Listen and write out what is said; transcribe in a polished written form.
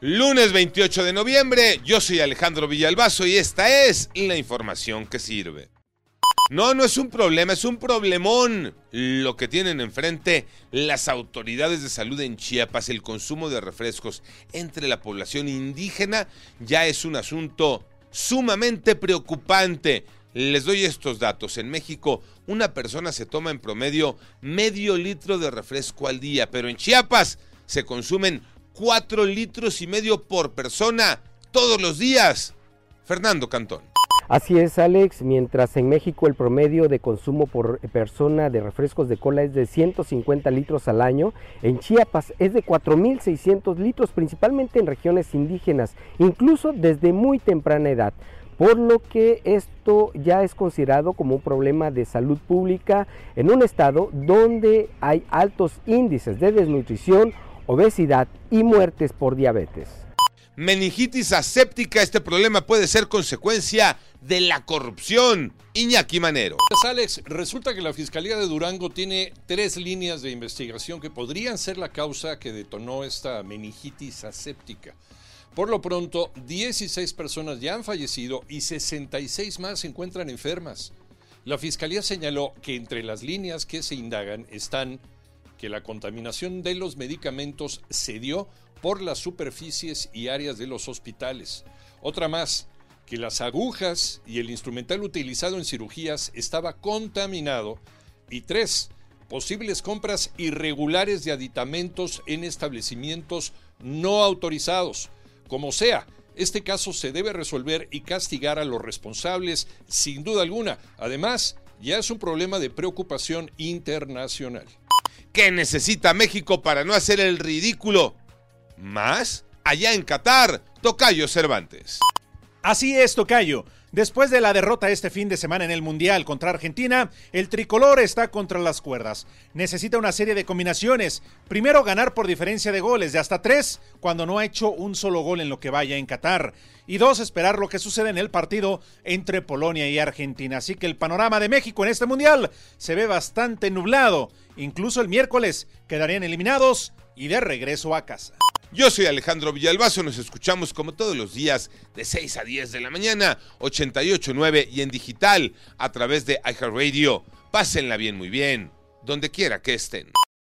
Lunes 28 de noviembre, yo soy Alejandro Villalbazo y esta es la información que sirve. No es un problema, es un problemón lo que tienen enfrente las autoridades de salud en Chiapas. El consumo de refrescos entre la población indígena ya es un asunto sumamente preocupante. Les doy estos datos. En México, una persona se toma en promedio medio litro de refresco al día, pero en Chiapas se consumen 4,5 litros por persona todos los días. Fernando Cantón. Así es, Alex, mientras en México el promedio de consumo por persona de refrescos de cola es de 150 litros al año, en Chiapas es de 4,600 litros, principalmente en regiones indígenas, incluso desde muy temprana edad. Por lo que esto ya es considerado como un problema de salud pública en un estado donde hay altos índices de desnutrición, obesidad y muertes por diabetes. Meningitis aséptica, este problema puede ser consecuencia de la corrupción. Iñaki Manero. Alex, resulta que la Fiscalía de Durango tiene 3 líneas de investigación que podrían ser la causa que detonó esta meningitis aséptica. Por lo pronto, 16 personas ya han fallecido y 66 más se encuentran enfermas. La Fiscalía señaló que entre las líneas que se indagan están que la contaminación de los medicamentos se dio por las superficies y áreas de los hospitales. Otra más, que las agujas y el instrumental utilizado en cirugías estaba contaminado. Y 3, posibles compras irregulares de aditamentos en establecimientos no autorizados. Como sea, este caso se debe resolver y castigar a los responsables sin duda alguna. Además, ya es un problema de preocupación internacional. ¿Qué necesita México para no hacer el ridículo? Más allá en Qatar, Tocayo Cervantes. Así es, Tocayo. Después de la derrota este fin de semana en el Mundial contra Argentina, el tricolor está contra las cuerdas. Necesita una serie de combinaciones. Primero, ganar por diferencia de goles de hasta 3, cuando no ha hecho un solo gol en lo que vaya en Qatar. Y 2, esperar lo que sucede en el partido entre Polonia y Argentina. Así que el panorama de México en este Mundial se ve bastante nublado. Incluso el miércoles quedarían eliminados y de regreso a casa. Yo soy Alejandro Villalbazo, nos escuchamos como todos los días de 6 a 10 de la mañana, 88.9 y en digital a través de iHeartRadio. Pásenla bien, muy bien, donde quiera que estén.